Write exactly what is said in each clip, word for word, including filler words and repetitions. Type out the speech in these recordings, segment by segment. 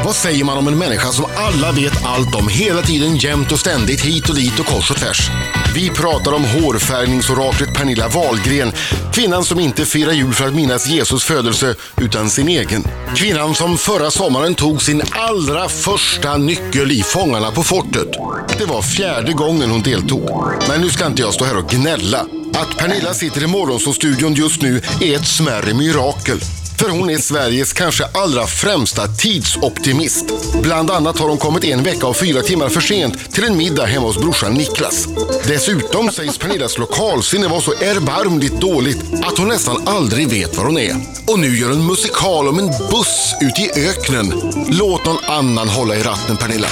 Vad säger man om en människa som alla vet allt om hela tiden, jämt och ständigt, hit och dit och kors och tvärs? Vi pratar om hårfärgningsoraklet Pernilla Wahlgren. Kvinnan som inte firar jul för att minnas Jesus födelse utan sin egen. Kvinnan som förra sommaren tog sin allra första nyckel i Fångarna på fortet. Det var fjärde gången hon deltog. Men nu ska inte jag stå här och gnälla. Att Pernilla sitter i Morgonsåstudion just nu är ett smärre mirakel. För hon är Sveriges kanske allra främsta tidsoptimist. Bland annat har hon kommit en vecka och fyra timmar för sent till en middag hemma hos brorsan Niklas. Dessutom sägs Pernillas lokalsinne vara så erbarmligt dåligt att hon nästan aldrig vet var hon är. Och nu gör en musikal om en buss ute i öknen. Låt någon annan hålla i ratten, Pernilla.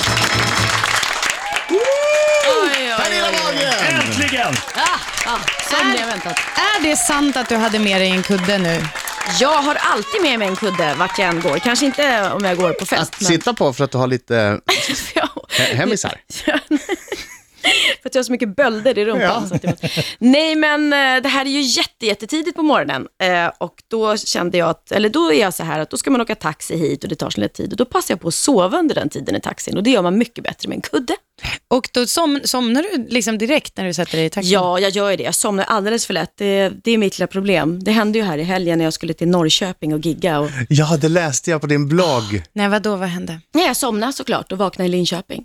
Pernilla Wahlgren! Äntligen! Ah, ah, som det jag väntat. Är det sant att du hade med dig en kudde nu? Jag har alltid med mig en kudde vart jag än går. Kanske inte om jag går på fest. Att men... sitta på för att du har lite he- hemisar. För att jag har så mycket bölder i rumpan. Ja. Så Nej, men det här är ju jätte, jättetidigt på morgonen. Eh, och då kände jag att, eller då är jag så här att då ska man åka taxi hit och det tar sin lite tid. Och då passar jag på att sova under den tiden i taxin. Och det gör man mycket bättre med en kudde. Och då som, somnar du liksom direkt när du sätter dig i taxin? Ja, jag gör det. Jag somnar alldeles för lätt. Det, det är mitt lilla problem. Det hände ju här i helgen när jag skulle till Norrköping och gigga. Och... Ja, det läste jag på din blogg. Nej, vadå, vad hände? Nej, jag somnade såklart och vaknade i Linköping.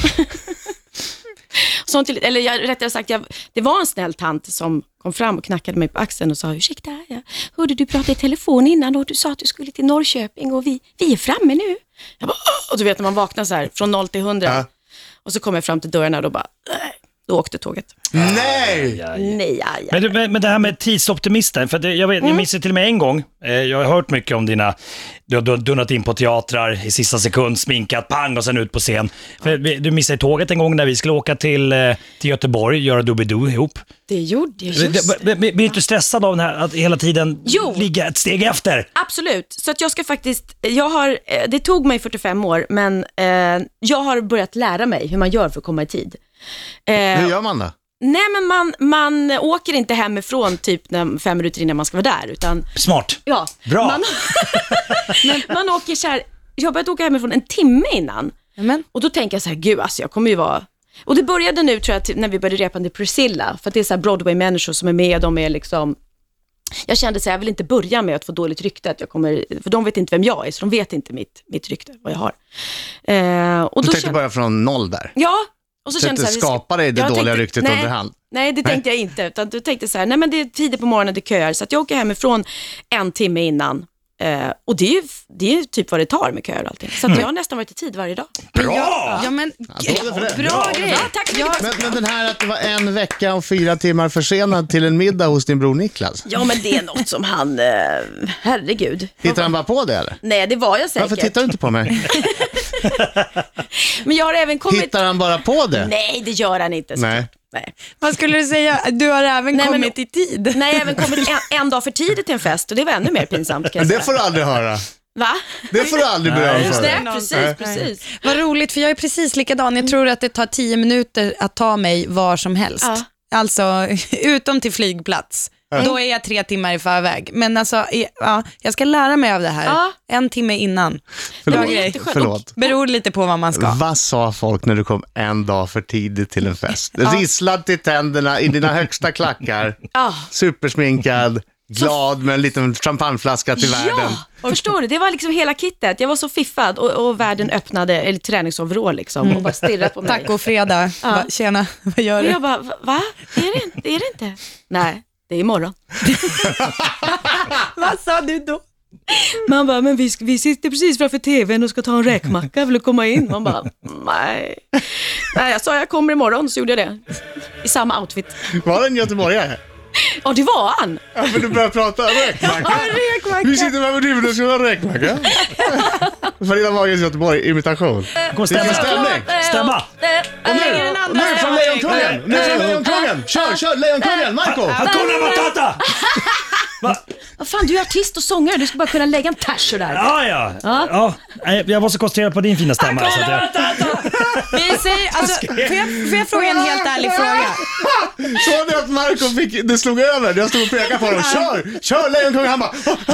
Sånt till, eller jag, rättare sagt, jag, det var en snäll tant som kom fram och knackade mig på axeln och sa, ursäkta, jag hörde du prata i telefon innan och du sa att du skulle till Norrköping och vi, vi är framme nu. Jag bara, och du vet när man vaknar så här från noll till hundra ja. Och så kommer jag fram till dörrarna och då bara, då åkte tåget. Nej! Ja, ja. Nej, ja, ja. Men, du, men det här med tidsoptimisten, för det, jag, vet, mm. jag minns till och med en gång, eh, jag har hört mycket om dina, du har dunnat in på teatrar i sista sekund, sminkat, pang och sen ut på scen. För, du missade tåget en gång när vi skulle åka till, eh, till Göteborg, göra Doobidoo ihop. Det gjorde jag just. Blir du inte stressad av den här, att hela tiden jo. ligga ett steg efter? Absolut, så att jag ska faktiskt, jag har, det tog mig fyrtiofem år, men eh, jag har börjat lära mig hur man gör för att komma i tid. Eh, hur gör man då? Nej, men man, man åker inte hemifrån typ när, fem minuter innan man ska vara där. Utan, smart. Ja. Bra. Man, men man åker så här, jag har börjat åka hemifrån en timme innan. Amen. Och då tänker jag så här, gud alltså jag kommer ju vara... Och det började nu tror jag när vi började repa med Priscilla. För att det är så här Broadway-människor som är med, de är liksom... Jag kände så här, jag vill inte börja med att få dåligt rykte. Att jag kommer, för de vet inte vem jag är, så de vet inte mitt, mitt rykte, vad jag har. Eh, och du då tänkte kände, börja från noll där? Ja. Och så, så kände att du skapar dig det dåliga tänkte, ryktet nej, under hand? Nej, det tänkte nej. jag inte. Utan du tänkte så här, nej men det är tidigt på morgonen, det köar. Så att jag åker hemifrån en timme innan. Eh, och det är, ju, det är ju typ vad det tar med köer och allting. Så att mm. jag har nästan varit i tid varje dag. Bra! Ja, ja men ja, bra, bra, bra grej. Ja, tack så mycket. Men, men den här att det var en vecka och fyra timmar försenad till en middag hos din bror Niklas. Ja, men det är något som han, eh, herregud. Tittar han bara på det eller? Nej, det var jag säkert. Varför tittar du inte på mig? Men jag har även kommit... Hittar han bara på det? Nej, det gör han inte. Nej. Nej. Vad skulle du säga? Du har även nej, kommit men, i tid. Nej, jag har även kommit en, en dag för tidigt till en fest och det var ännu mer pinsamt. Kan jag det säga. får du aldrig höra. Va? Det får du aldrig beröra för. Nej, precis, nej. precis. Vad roligt, för jag är precis likadan. Jag tror att det tar tio minuter att ta mig var som helst. Ja. Alltså, utom till flygplats. Mm. Då är jag tre timmar i förväg. Men alltså, ja, jag ska lära mig av det här. Ja. En timme innan. Förlåt. Förlåt. Beror lite på vad man ska. Vad sa folk när du kom en dag för tidigt till en fest? Ja. Risslad till tänderna i dina högsta klackar. Ja. Supersminkad. Glad med en liten champagneflaska till ja, världen. Ja, förstår du? Det var liksom hela kittet. Jag var så fiffad och, och världen öppnade, eller träningsoverall liksom, mm. och bara stirrade på mig. Tack och fredag. Ja. Va, tjena, vad gör du? Och jag bara, va? Det är det, det är det inte. Nej, det är imorgon. Vad sa du då? Man bara, men vi, vi sitter precis framför tvn och ska ta en räkmacka, vill du komma in? Man bara, nej. Nej, jag sa jag kommer imorgon, så gjorde jag det. I samma outfit. Var det en göteborgare? Ja, det var han. Ja, men du börjar prata räkmacka. Ja, räkmacka. Vi sitter med huvuden och ska ha räkmacka. Pernilla Wahlgrens Göteborg, imitation. Kom stämma. Stämning. Stämma. Och nu, nu från Lejonkungen. Nu från Lejonkungen. Kör, kör, Lejonkungen. Marco. Hakuna Matata. Va? Vad fan, du är artist och sångare, du ska bara kunna lägga en ters sådär. Ja, ja. ja. ja. Nej, jag var så koncentrerad på din fina stämma. Så att jag... Vi säger, alltså, får, jag, får jag fråga en helt ärlig fråga? Så det att Marco fick, det slog över. Jag stod och pekade på honom. Kör, kör Lejonkungen. Han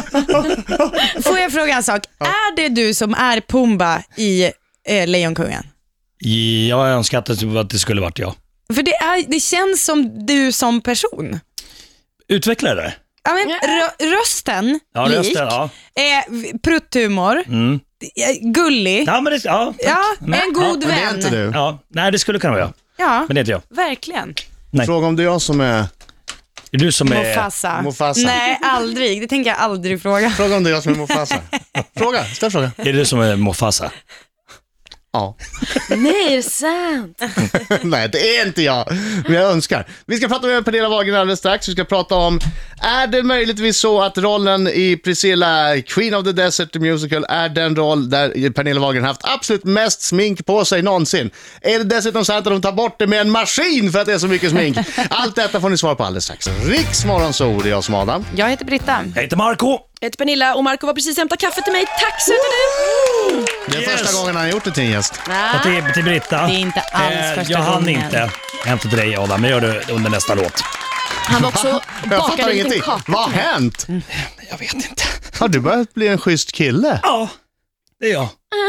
bara... Får jag fråga en sak? Ja. Är det du som är Pumba i eh, Lejonkungen? Ja, jag önskar att det skulle varit jag. För det, är, det känns som du som person. Utvecklar det? Ja, men rö- rösten, ja, lik, rösten, ja. eh, prutthumor, mm. gullig, ja, men det, ja, ja, en god ja, vän. Det är inte du. Ja, nej, det skulle kunna vara jag. Ja, men det är inte jag. Verkligen. Nej. Fråga om det är jag som är... Är du som är... Mufasa. Mufasa. Nej, aldrig. Det tänker jag aldrig fråga. Fråga om det är jag som är Mufasa. Fråga, ställ fråga. Är du som är Mufasa? Ja. Nej, är det sant? Nej, det är inte jag. Men jag önskar. Vi ska prata med Pernilla Wahlgren alldeles strax. Vi ska prata om, är det möjligtvis så att rollen i Priscilla, Queen of the Desert the Musical, är den roll där Pernilla Wahlgren haft absolut mest smink på sig någonsin? Är det dessutom så att de tar bort det med en maskin för att det är så mycket smink? Allt detta får ni svar på alldeles strax. Riks Morgonzoo, det är jag som Adam. Jag heter Britta. Jag heter Marco. Jag heter Pernilla och Marco var precis hämta kaffe till mig. Tack så du. Det är Yes. första gången han har gjort det till en gäst. Och till, till Britta. Det är inte alls första Jag hann gången. inte hämta till dig, Adam, men gör det under nästa låt. Han var också Jag bakade fattar en liten ingenting. kaka. Vad har hänt? Jag vet inte. Har du börjat bli en schysst kille? Ja, det är jag.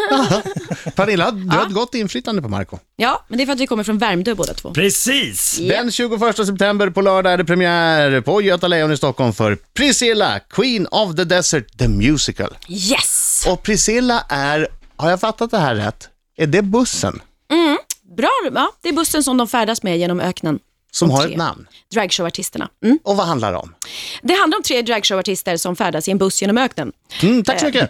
Pernilla, du har ett gott inflytande på Marco. Ja, men det är för att vi kommer från Värmdö båda två. Precis. Den tjugoförsta september på lördag är det premiär på Göta Lejon i Stockholm för Priscilla, Queen of the Desert, the Musical. Yes! Och Priscilla är, har jag fattat det här rätt, är det bussen Mm, bra, ja, det är bussen som de färdas med genom öknen. som De har tre ett namn? Dragshowartisterna. Mm. Och vad handlar det om? Det handlar om tre dragshowartister som färdas i en buss genom öknen. Mm, tack så mycket.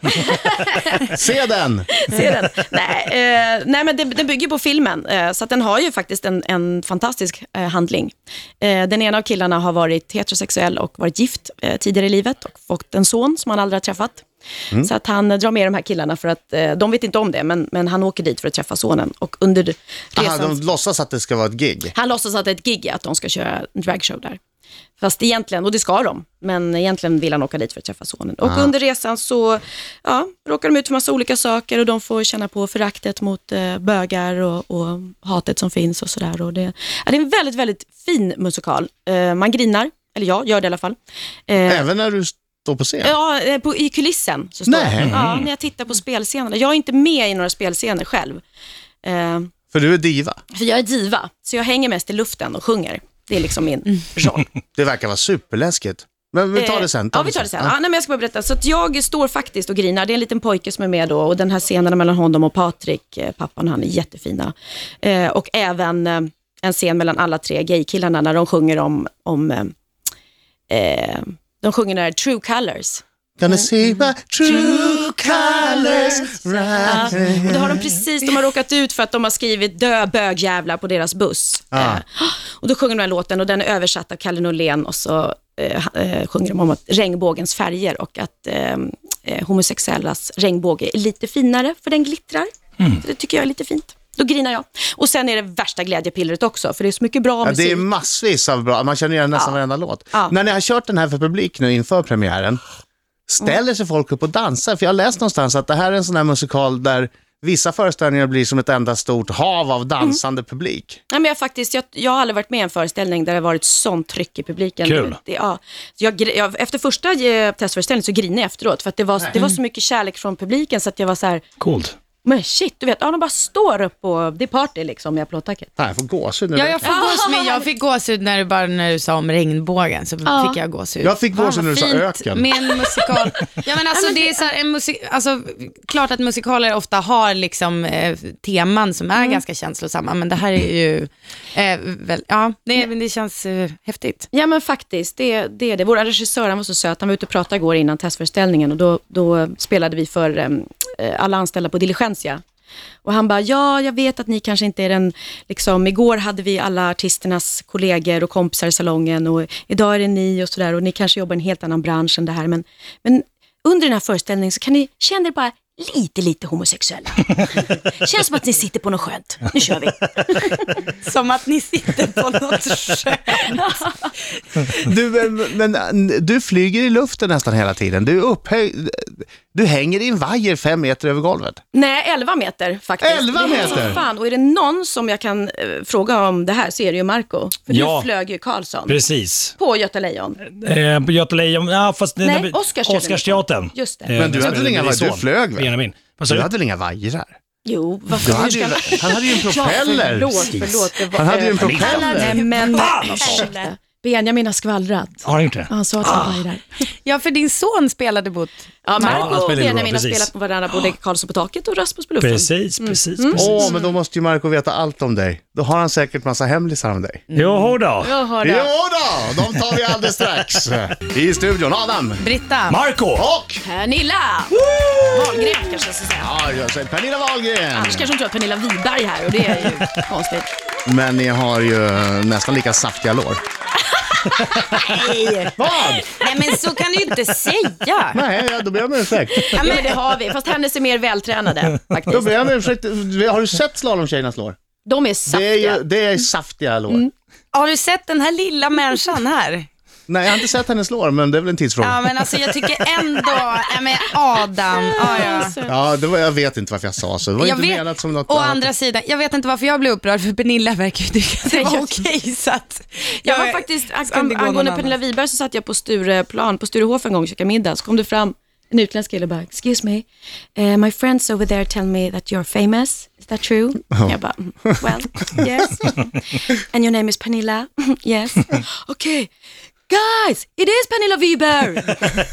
Se den. Se den. Nej, eh, nej, men det, den bygger på filmen. Eh, så att den har ju faktiskt en, en fantastisk eh, handling. Eh, den ena av killarna har varit heterosexuell och varit gift eh, tidigare i livet och fått en son som han aldrig har träffat. Mm. Så att han eh, drar med de här killarna för att, eh, de vet inte om det, men, men han åker dit för att träffa sonen. Och under resan... Aha, de låtsas att det ska vara ett gig. Han låtsas att det är ett gig, att de ska köra en dragshow där. Fast egentligen, och det ska de, men egentligen vill han åka dit för att träffa sonen. Och Aha. under resan så ja, råkar de ut för massa olika saker och de får känna på föraktet mot eh, bögar och, och hatet som finns och sådär. Och det, ja, det är en väldigt, väldigt fin musikal. Eh, man grinar, eller jag gör det i alla fall. Eh, Även när du står på scen? Ja, eh, på, i kulissen. Så står Nej. jag. Ja, när jag tittar på spelscenerna. Jag är inte med i några spelscener själv. Eh, För du är diva. för jag är diva, så jag hänger mest i luften och sjunger. Det är liksom min roll. Det verkar vara superläskigt. Men vi tar det sen. Eh, ja, vi tar det sen. Ja, nej, men jag ska bara berätta. Så att jag står faktiskt och grinar. Det är en liten pojke som är med då. Och den här scenen mellan honom och Patrik, eh, pappan, han är jättefina. Eh, och även eh, en scen mellan alla tre gaykillarna när de sjunger om... om eh, eh, de sjunger när True Colors. Gonna see my true colors rising. Och då har de precis, de har råkat ut för att de har skrivit dö bögjävlar på deras buss. Ah. Eh, och då sjunger de den här låten och den är översatt av Kalle Norlén och så eh, eh, sjunger de om att regnbågens färger och att eh, eh, homosexuellas regnbåge är lite finare för den glittrar. Mm. Så det tycker jag är lite fint. Då grinar jag. Och sen är det värsta glädjepillret också, för det är så mycket bra Ja, musik. det är massvis av bra, man känner igen nästan Ja. varenda låt. Ja. När ni har kört den här för publik nu inför premiären, ställer sig folk upp och dansar? För jag har läst någonstans att det här är en sån här musikal där vissa föreställningar blir som ett enda stort hav av dansande mm. publik. Nej, men jag, faktiskt, jag, jag har aldrig varit med i en föreställning där det har varit sånt tryck i publiken. Kul. Det, ja. Så jag, jag, efter första eh, testföreställningen så grinade jag efteråt för att det var, det var så mycket kärlek från publiken så att jag var så här, Coolt. men shit, du vet, ja, de bara står upp och det är party liksom i applådtacket. Nej, jag får gåshud nu. Ja, jag, får gås, men jag fick gåshud när du, bara när du sa om regnbågen, så Ja. fick jag gåshud. Jag fick gåshud Fan, när du sa fint öken. med en musikal. Ja, men alltså, det är så här, en musik, alltså, klart att musikaler ofta har liksom, eh, teman som är Mm. ganska känslosamma, men det här är ju eh, väl, ja, det, men det känns eh, häftigt. Ja, men faktiskt, det, det är det. Vår regissör, han var så söt, han var ute och pratade igår innan testföreställningen och då, då spelade vi för eh, alla anställda på Diligentia. Och han bara, ja, jag vet att ni kanske inte är den, liksom, igår hade vi alla artisternas kollegor och kompisar i salongen och idag är det ni och sådär och ni kanske jobbar i en helt annan bransch än det här, men, men under den här föreställningen så kan ni känna er bara lite, lite homosexuella. Känns som att ni sitter på något skönt. Nu kör vi. Som att ni sitter på något skönt. Du, men, men du flyger i luften nästan hela tiden. Du, är upphöj, du hänger i en vajer fem meter över golvet. Nej, elva meter faktiskt. elva meter? Fan. Och är det någon som jag kan eh, fråga om det här så är det ju Marco. För Ja. du flög ju Karlsson. Precis. På Göta Lejon. Eh, på Göta Lejon, ja fast... Nej, Oscars- Oscarsteatern. Just det. Eh, Men du jag hade väl spelade inga min vajer? Du son, flög väl? Benjamin. Vad sa Du du? hade väl inga vajrar? Jo, Du varför hade ju, han hade ju en propeller. Ja, förlåt, förlåt. Det var, Han hade ju en eh, propeller. Nej, men Fan! ursäkta. Benjamin har skvallrat. Har du inte det? Han sa att han var där. Ja, för din son spelade bort. Ja, han Marco och spelade bra, Benjamin har precis. spelat på varandra, både Karlsson på taket och Rasmus på luften. Precis, precis, Mm. precis. Åh, men då måste ju Marco veta allt om dig. Då har han säkert massa hemlisar om dig. Joho då. Jag hör Jo det. då, de tar vi alldeles strax. I studion, Adam. Britta. Marco! Och... Pernilla Wahlgren kanske jag ska säga. Ja, jag säger Pernilla Wahlgren. Annars kanske de tror att Pernilla Wiberg här och det är ju konstigt. Men ni har ju nästan lika saftiga lår. Nej. Vad? Nej, men så kan du ju inte säga. Nej, ja, då ber jag om ursäkt. Ja, men det har vi, fast hennes är mer vältränade Då faktiskt. ber jag om ursäkt. Har du sett slalomtjejernas lår? De är Det är saftiga. ju det är saftiga lår. Har du sett den här lilla människan här? Nej, jag har inte sett hennes lår, men det är väl en tidsfråga. Ja, men alltså jag tycker ändå, ja, men Adam, ja, ja. Ja, det var, jag vet inte varför jag sa så. Det var Jag inte vet, menat som något å annat. andra sidan, jag vet inte varför jag blev upprörd, för Pernilla verkar ju tycka att det var Jag- okej, så att Jag var faktiskt, ska inte gå angående någon Pernilla Wiberg så satt jag på Stureplan, på Sturehof en gång och käkade middag, så kom det fram en utländsk kille och bara, excuse me, uh, my friends over there tell me that you're famous, is that true? Jag bara, "Mm, well, yes. And your name is Pernilla? Yes. Okay. Guys, it is Pernilla Wiberg!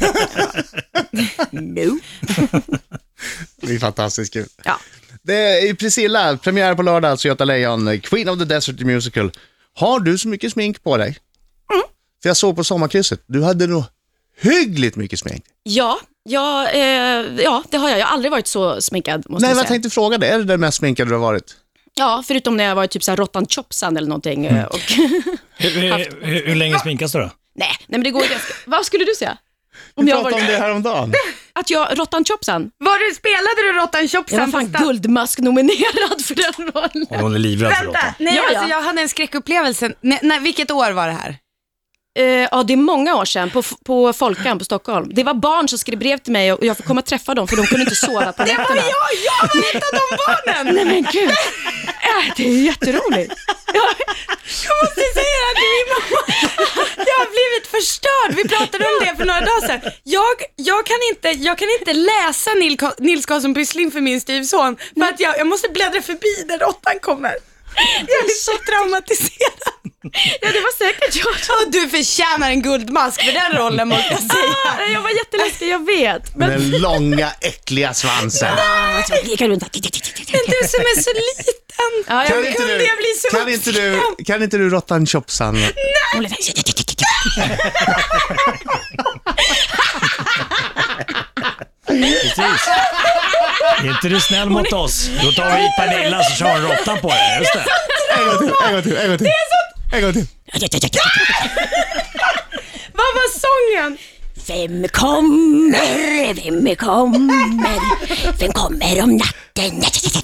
No. Det är fantastiskt kul. Ja. Det är Priscilla, premiär på lördag, alltså Göta Lejon, Queen of the Desert the Musical. Har du så mycket smink på dig? Mm. För jag såg på sommarkrysset, du hade nog hyggligt mycket smink. Ja, ja, eh, ja, det har jag. Jag har aldrig varit så sminkad, måste Nej, jag vad säga. tänkte fråga dig, är det det mest sminkade du har varit? Ja, förutom när jag var typ så här Råttan Chopsan eller någonting. eh, Och Hur, hur, hur, hur länge sminkas du då? nej, nej, men det går ju ganska... Vad skulle du säga? Om Vi jag pratade varit... om det häromdagen. Att jag, Råttan Chopsan, Var du, spelade du Råttan jag var Chopsan? fan Guldmask-nominerad för den rollen. Hon är livrädd för Vänta, råttan. nej, Ja, ja. alltså jag hade en skräckupplevelse. Nej, nej, vilket år var det här? Eh, ja, det är många år sedan på, på Folkan på Stockholm. Det var barn som skrev brev till mig och jag får komma och träffa dem för de kunde inte sova på Det var nätterna. jag, jag var ett av de barnen! Nej men gud, äh, det är ju jätteroligt. Jag måste säga att min mamma, jag har blivit förstörd. Vi pratade om det för några dagar sedan. Jag, jag, kan, inte, jag kan inte läsa Nils, Nils Karlsson Pyssling för min styvson för att jag, jag måste bläddra förbi när råttan kommer. Jag är så traumatiserad. Ja, det var säkert jag. Och du förtjänar en guldmask för den rollen, måste jag säga. Ah, jag var jätteläskig, jag vet. Men Den långa, äckliga svansen. gick runt. Men du som är så liten. Ja, jag Kan vet. inte kunde du, jag bli så kan inte du, uppskrämd? kan inte du Råttan Chopsan? Precis. Är inte du snäll mot oss? Då tar vi hit Pernilla så kör råttan på det. Just det. En gång till, en gång till, en gång till. En gång till. Vad var sången? Vem kommer, vem kommer, vem kommer om natten?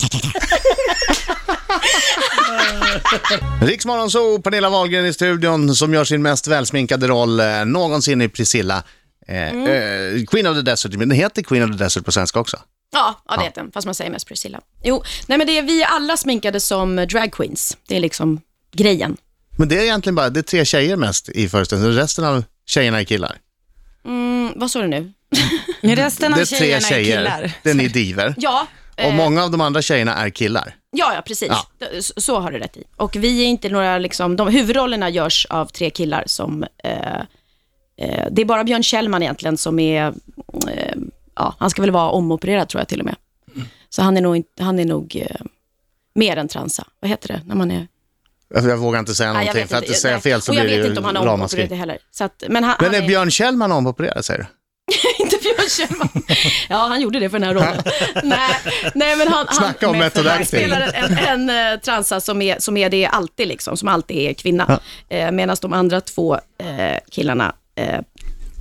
Riksmorgon så Pernilla Wahlgren i studion som gör sin mest välsminkade roll eh, någonsin i Priscilla. Eh, eh, Queen of the Desert, men den heter Queen of the Desert på svenska också. Ja, ja, det heter den, fast man säger mest Priscilla. Jo, nej men det är vi alla sminkade som drag queens. Det är liksom grejen. Men det är egentligen bara, det är tre tjejer mest i föreställningen. Resten av tjejerna är killar. Mm, vad sa du nu? Resten Det av är tre tjejerna är tjejer, killar. det är ni diver. Ja, Och eh, många av de andra tjejerna är killar. ja, ja, precis. Ja. Det- Så, så har du rätt i. Och vi är inte några, liksom, de huvudrollerna görs av tre killar som, eh, eh, det är bara Björn Kjellman egentligen som är, eh, ja, han ska väl vara omopererad tror jag till och med. Så han är nog, inte, han är nog eh, mer än transa. Vad heter det när man är... Jag jag vågar inte säga Nej, jag någonting, vet för att inte. du säger Nej. fel så Och jag blir det vet ju inte om han är ramaskri. omopererad heller. Så att, men han, Men han är Björn Kjellman omopererad, säger du? inte Björn Kjellman. Ja, han gjorde det för den här rollen. nej, nej, men han, han, Snacka om han method spelar en, en, en uh, transa som är, som är det alltid, liksom, som alltid är kvinna. Eh, Medan de andra två eh, killarna eh,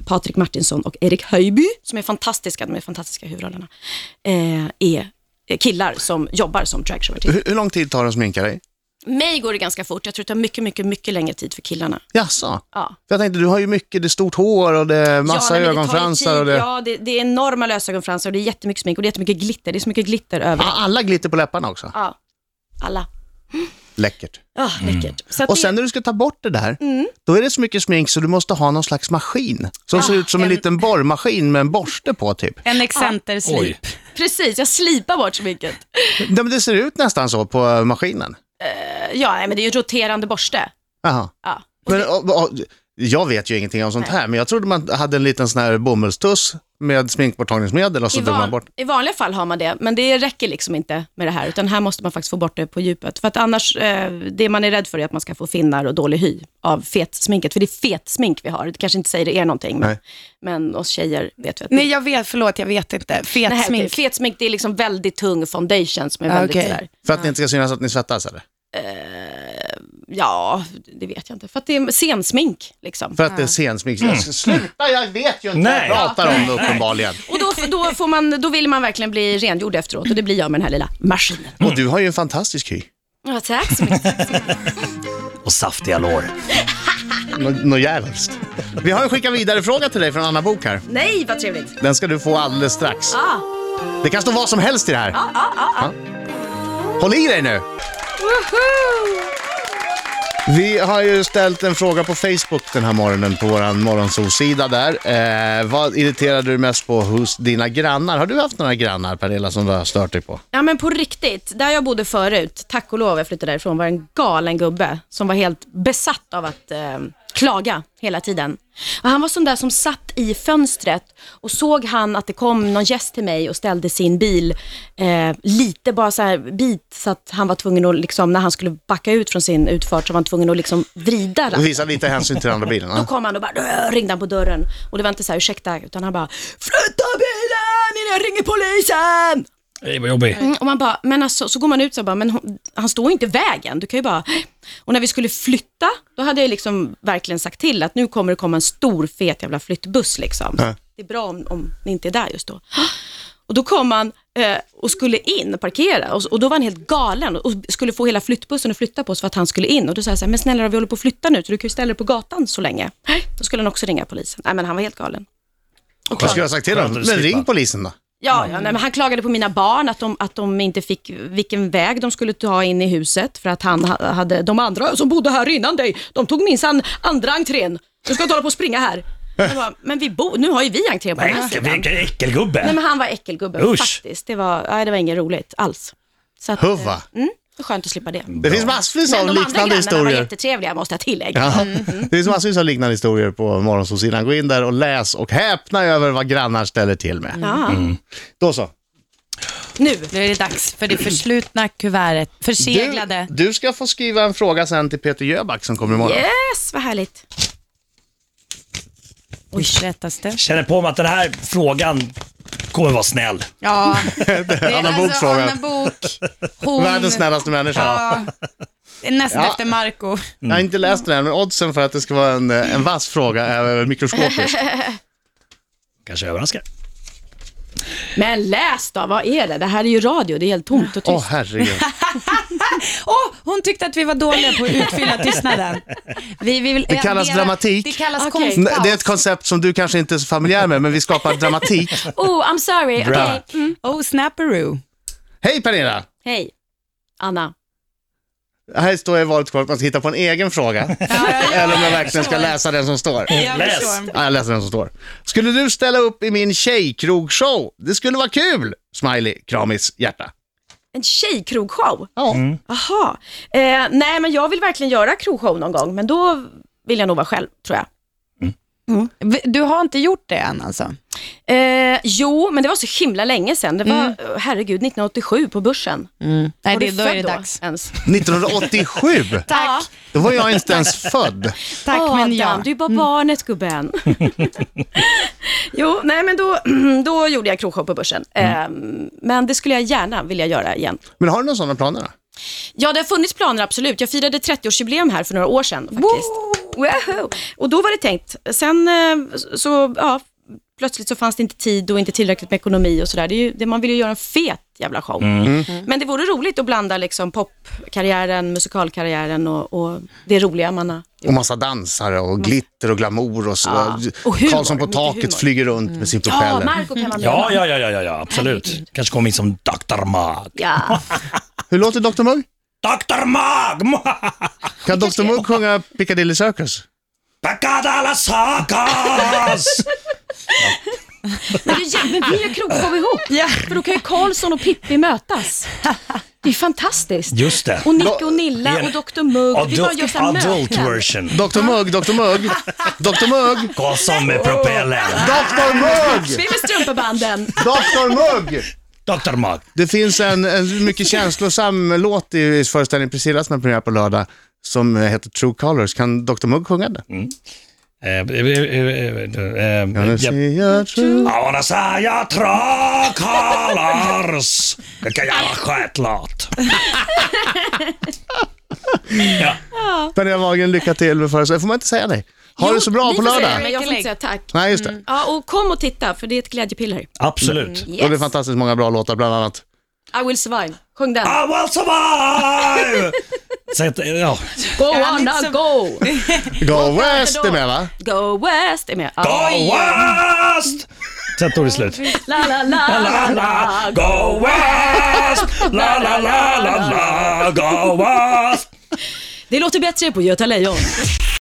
Patrik Martinsson och Erik Höjby, som är fantastiska, de är fantastiska huvudrollerna, eh, är killar som jobbar som dragshowartister. Hur, hur lång tid tar det att sminka dig? Mig går det ganska fort. Jag tror det tar mycket, mycket, mycket längre tid för killarna. Jaså? Ja. För jag tänkte, du har ju mycket, det är stort hår och det är massa ja, nej, ögonfransar. Det Och det... Ja, det, det är enorma lösögonfransar och det är jättemycket smink och det är jättemycket glitter. Det är så mycket glitter över. Ja, alla glitter på läpparna också. Ja, alla. Läckert. Ja, läckert. Så att Och det- sen när du ska ta bort det där, då är det så mycket smink så du måste ha någon slags maskin. Som ser ut som en, en- liten borrmaskin med en borste på typ. En excenterslip. Oj. Precis, jag slipar bort sminket. Ja, men det ser ut nästan så på maskinen. Ja, nej, men det är ju en roterande borste. Jaha. Ja. Men, och, och, jag vet ju ingenting om sånt här, men jag trodde man hade en liten sån här bomullstuss med sminkborttagningsmedel och så I, drog man van, bort. I vanliga fall har man det, men det räcker liksom inte med det här, utan här måste man faktiskt få bort det på djupet. För att annars, eh, det man är rädd för är att man ska få finnar och dålig hy av fetsminket, för det är fetsmink vi har. Det kanske inte säger er någonting, men, men oss tjejer vet vi att Nej, jag vet, förlåt, jag vet inte. Nej, okej. Fetsmink. Fetsmink, det är liksom väldigt tung foundation som är Ah, väldigt okej. sådär. För att det inte ska synas att ni svettas eller? Ja, det vet jag inte. För att det är scensmink liksom. För att det är scensmink. Mm. Sluta, jag vet ju inte Nej. vad jag pratar om det uppenbarligen. Och då, då, får man, då vill man verkligen bli rengjord efteråt och det blir jag med den här lilla maskinen. Och du har ju en fantastisk hy. Ja, tack så mycket. Och saftiga lår. Nå, nå jävligt. Vi har en skicka vidare fråga till dig från Anna Bok här. Nej, vad trevligt. Den ska du få alldeles strax. Ah. Det kan stå vad som helst i det här. Ah, ah, ah. Håll i dig nu. Woho! Vi har ju ställt en fråga på Facebook den här morgonen på vår morgonsol-sida där. Eh, vad irriterar du mest på hos dina grannar? Har du haft några grannar, Pernilla, som du har stört dig på? Ja, men på riktigt, där jag bodde förut, tack och lov jag flyttade därifrån, var en galen gubbe som var helt besatt av att eh, klaga hela tiden. Och han var sån där som satt i fönstret och såg han att det kom någon gäst till mig och ställde sin bil eh, lite bara så här bit så att han var tvungen att liksom, när han skulle backa ut från sin utfart så var han tvungen att liksom vrida ratten. Visa lite hänsyn till den andra bilen. Då Ja? kom han och bara ringde han på dörren och det var inte så här ursäkta utan han bara flytta bilen innan jag ringer polisen. Det var jobbigt. Mm, och man bara, men alltså, så går man ut så bara, men hon, han står ju inte i vägen, du kan ju bara... Och när vi skulle flytta, då hade jag liksom verkligen sagt till att nu kommer det komma en stor fet jävla flyttbuss liksom. Ja. Det är bra om, om ni inte är där just då. Och då kom han eh, och skulle in och parkera och, och då var han helt galen och skulle få hela flyttbussen att flytta på oss för att han skulle in. Och då sa jag så här, men snälla vi håller på att flytta nu så du kan ju ställa dig på gatan så länge. Då skulle han också ringa polisen. Nej men han var helt galen. Och Vad skulle jag ha sagt till honom? Skönt Men att slippa. ring polisen då. Ja, ja nej, men han klagade på mina barn att de, att de inte fick vilken väg de skulle ta in i huset för att han ha- hade de andra som bodde här innan dig. De tog minsann andra entrén. Du ska inte hålla på och springa här. Jag bara, men vi bor, nu har ju vi entrén på den här Nej, sidan. vilken äckelgubbe. Nej, men han var äckelgubbe Usch. faktiskt. Det var, nej, det var inget roligt alls. Så att, Huvva. eh, Mm, det är skönt att slippa det. Det finns massvis Men av de andra liknande grannarna var historier. jättetrevliga måste jag tillägga. Ja, det finns massvis av liknande historier på morgonsolsidan. Gå in där och läs och häpna över vad grannar ställer till med. Ja. Då så. Nu. Nu är det dags för det förslutna kuvertet. Förseglade. Du, du ska få skriva en fråga sen till Peter Jöback som kommer imorgon. Yes, vad härligt. Oj, rättaste. Känner på mig att den här frågan kommer vara snäll. Ja, det är Anna Boks fråga. Anna Bok. Hon, Världens snällaste människa. ja, näst Ja. efter Marco. Jag har inte läst den än, men oddsen för att det ska vara en, en vass fråga är mikroskopisk. Kanske överraskar. Men läs då, vad är det? Det här är ju radio, det är helt tomt och tyst. Åh, herregud. Åh, hon tyckte att vi var dåliga på att utfylla tystnaden. Vi, vi vill Det kallas addera- dramatik. Det kallas Okej. konstpaus. Det är ett koncept som du kanske inte är så familjär med, men vi skapar dramatik. Oh, I'm sorry. Bra. Okej. Mm. Oh, snapperoo. Hej Pernilla! Hej, Anna. Här står jag i valet kvar att man ska hitta på en egen fråga. Eller om jag verkligen ska läsa den som står. Jag Läs. förstår. Ja, jag läser den som står. Skulle du ställa upp i min tjejkrogshow? Det skulle vara kul! Smiley, kramis, hjärta. En tjejkrogshow? Ja. Jaha. Eh, nej, men jag vill verkligen göra krogshow någon gång, men då vill jag nog vara själv, tror jag. Du har inte gjort det än alltså? Eh, jo, men det var så himla länge sedan. Det var, eh, herregud, nittonhundraåttiosju på Börsen. Nej, Var det, du då är det född dags. Ens? nittonhundraåttiosju? Tack. Då var jag inte ens född. Tack, Åh, men ja. Dan, du är bara barnet, gubben. Jo, nej, men då, då gjorde jag krogshow på Börsen. Eh, men det skulle jag gärna vilja göra igen. Men har du några sådana planer då? Ja, det har funnits planer, absolut. Jag firade trettioårsjubileum här för några år sedan faktiskt. Wow. Och då var det tänkt. Sen eh, så, ja, plötsligt så fanns det inte tid och inte tillräckligt med ekonomi och sådär. Det är ju, det, man vill ju göra en fet jävla show. Mm. Mm. Men det vore roligt att blanda liksom popkarriären, musikalkarriären och, och det roliga man har gjort. Och massa dansare och glitter och glamour och så. Ja. Och humor, Karlsson på taket humor. flyger runt mm. med sin propeller. Ja, Marco kan man med. Ja, ja, ja, ja, ja, absolut. Kanske kommer in som doktor Mugg. Ja. Hur låter doktor Mugg? doktor Mugg! Kan doktor Mugg sjunga Piccadilly Circus? Piccadilly Circus! Men, det, men vi gör krogshow ihop. Ja. För då kan ju Karlsson och Pippi mötas. Det är fantastiskt. Just det. Och Nick och Nilla och doktor Mugg. Adult, vi bara gör så här adult möten. version. doktor Mugg, doktor Mugg, doktor Mugg. Karlsson med propellen. doktor Mugg! Vi med strumpebanden. doktor Mugg! doktor Mugg. Det finns en, en mycket känslosam låt i föreställningen Priscilla som är premiär på lördag som heter True Colors. Kan doktor Mugg sjunga det? Mm. Eh, eh, eh, eh, Kan du säga true? I wanna say a true colors. Vilken jävla skätlåt. Ja. Pernilla Wahlgren, lycka till med föreställningen. Får man inte säga nej? Ha Jo, det så bra ni på får säga, lördag. men jag får inte säga tack. Nej, just det. Mm. Ja, och kom och titta, för det är ett glädjepiller. Absolut. Yes. Och det är fantastiskt många bra låtar, bland annat. I will survive. Sjung den. I will survive! Så att, ja. Go on, now, go! Go West är med, va? Go West är med. Go West! Sätt ord i slut. La, la, la, la, la. Go West! La, la, la, la, la. Go West! Det låter bättre på Göta Lejon.